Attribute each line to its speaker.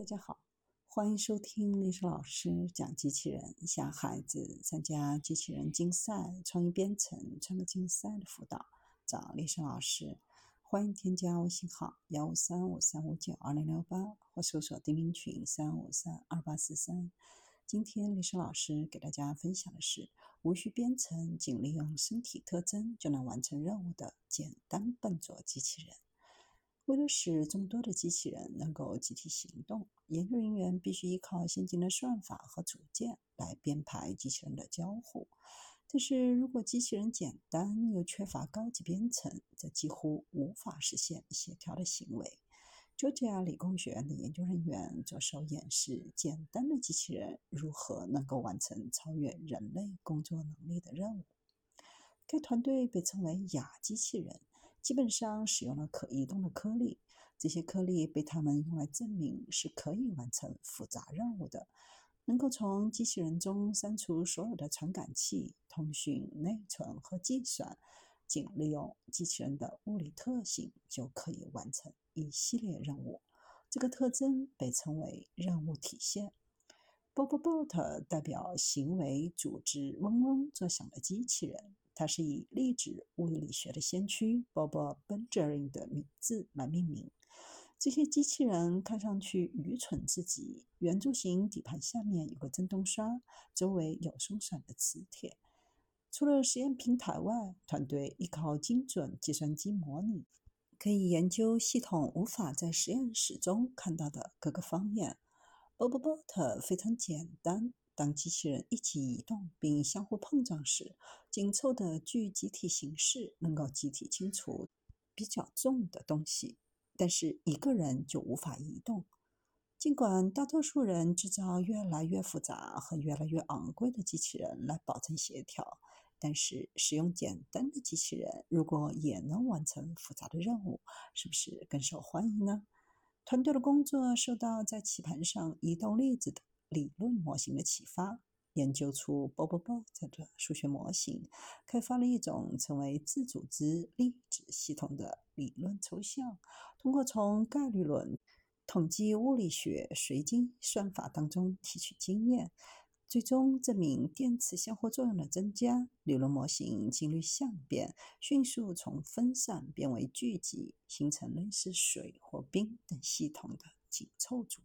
Speaker 1: 大家好，欢迎收听历史老师讲机器人，向孩子参加机器人竞赛、创意编程、创客竞赛的辅导，找历史老师。欢迎添加微信号15353592068或搜索钉钉群3532843。今天历史老师给大家分享的是无需编程，仅利用身体特征就能完成任务的简单笨拙机器人。为了使众多的机器人能够集体行动，研究人员必须依靠先进的算法和组件来编排机器人的交互。但是如果机器人简单又缺乏高级编程，则几乎无法实现协调的行为。Georgia 理工学院的研究人员着手演示简单的机器人如何能够完成超越人类工作能力的任务。该团队被称为亚机器人，基本上使用了可移动的颗粒，这些颗粒被他们用来证明是可以完成复杂任务的，能够从机器人中删除所有的传感器、通讯、内存和计算，仅利用机器人的物理特性就可以完成一系列任务。这个特征被称为任务体现。Bobobot 代表行为组织嗡嗡作响的机器人，它是以粒子物理学的先驱 Bob Bergeron 的名字来命名。这些机器人看上去愚蠢至极，圆柱形底盘下面有个震动刷，周围有松散的磁铁。除了实验平台外，团队依靠精准计算机模拟，可以研究系统无法在实验室中看到的各个方面。Bobobot 非常简单，当机器人一起移动并相互碰撞时，紧凑的具集体形式能够集体清除比较重的东西，但是一个人就无法移动。尽管大多数人制造越来越复杂和越来越昂贵的机器人来保证协调，但是使用简单的机器人如果也能完成复杂的任务，是不是更受欢迎呢？团队的工作受到在棋盘上移动粒子的理论模型的启发，研究出 Bobobot 的数学模型，开发了一种称为自组织粒子系统的理论抽象，通过从概率论、统计物理学、随机算法当中提取经验，最终证明电磁相互作用的增加，理论模型经律相变，迅速从分散变为聚集，形成类似水或冰等系统的紧凑组。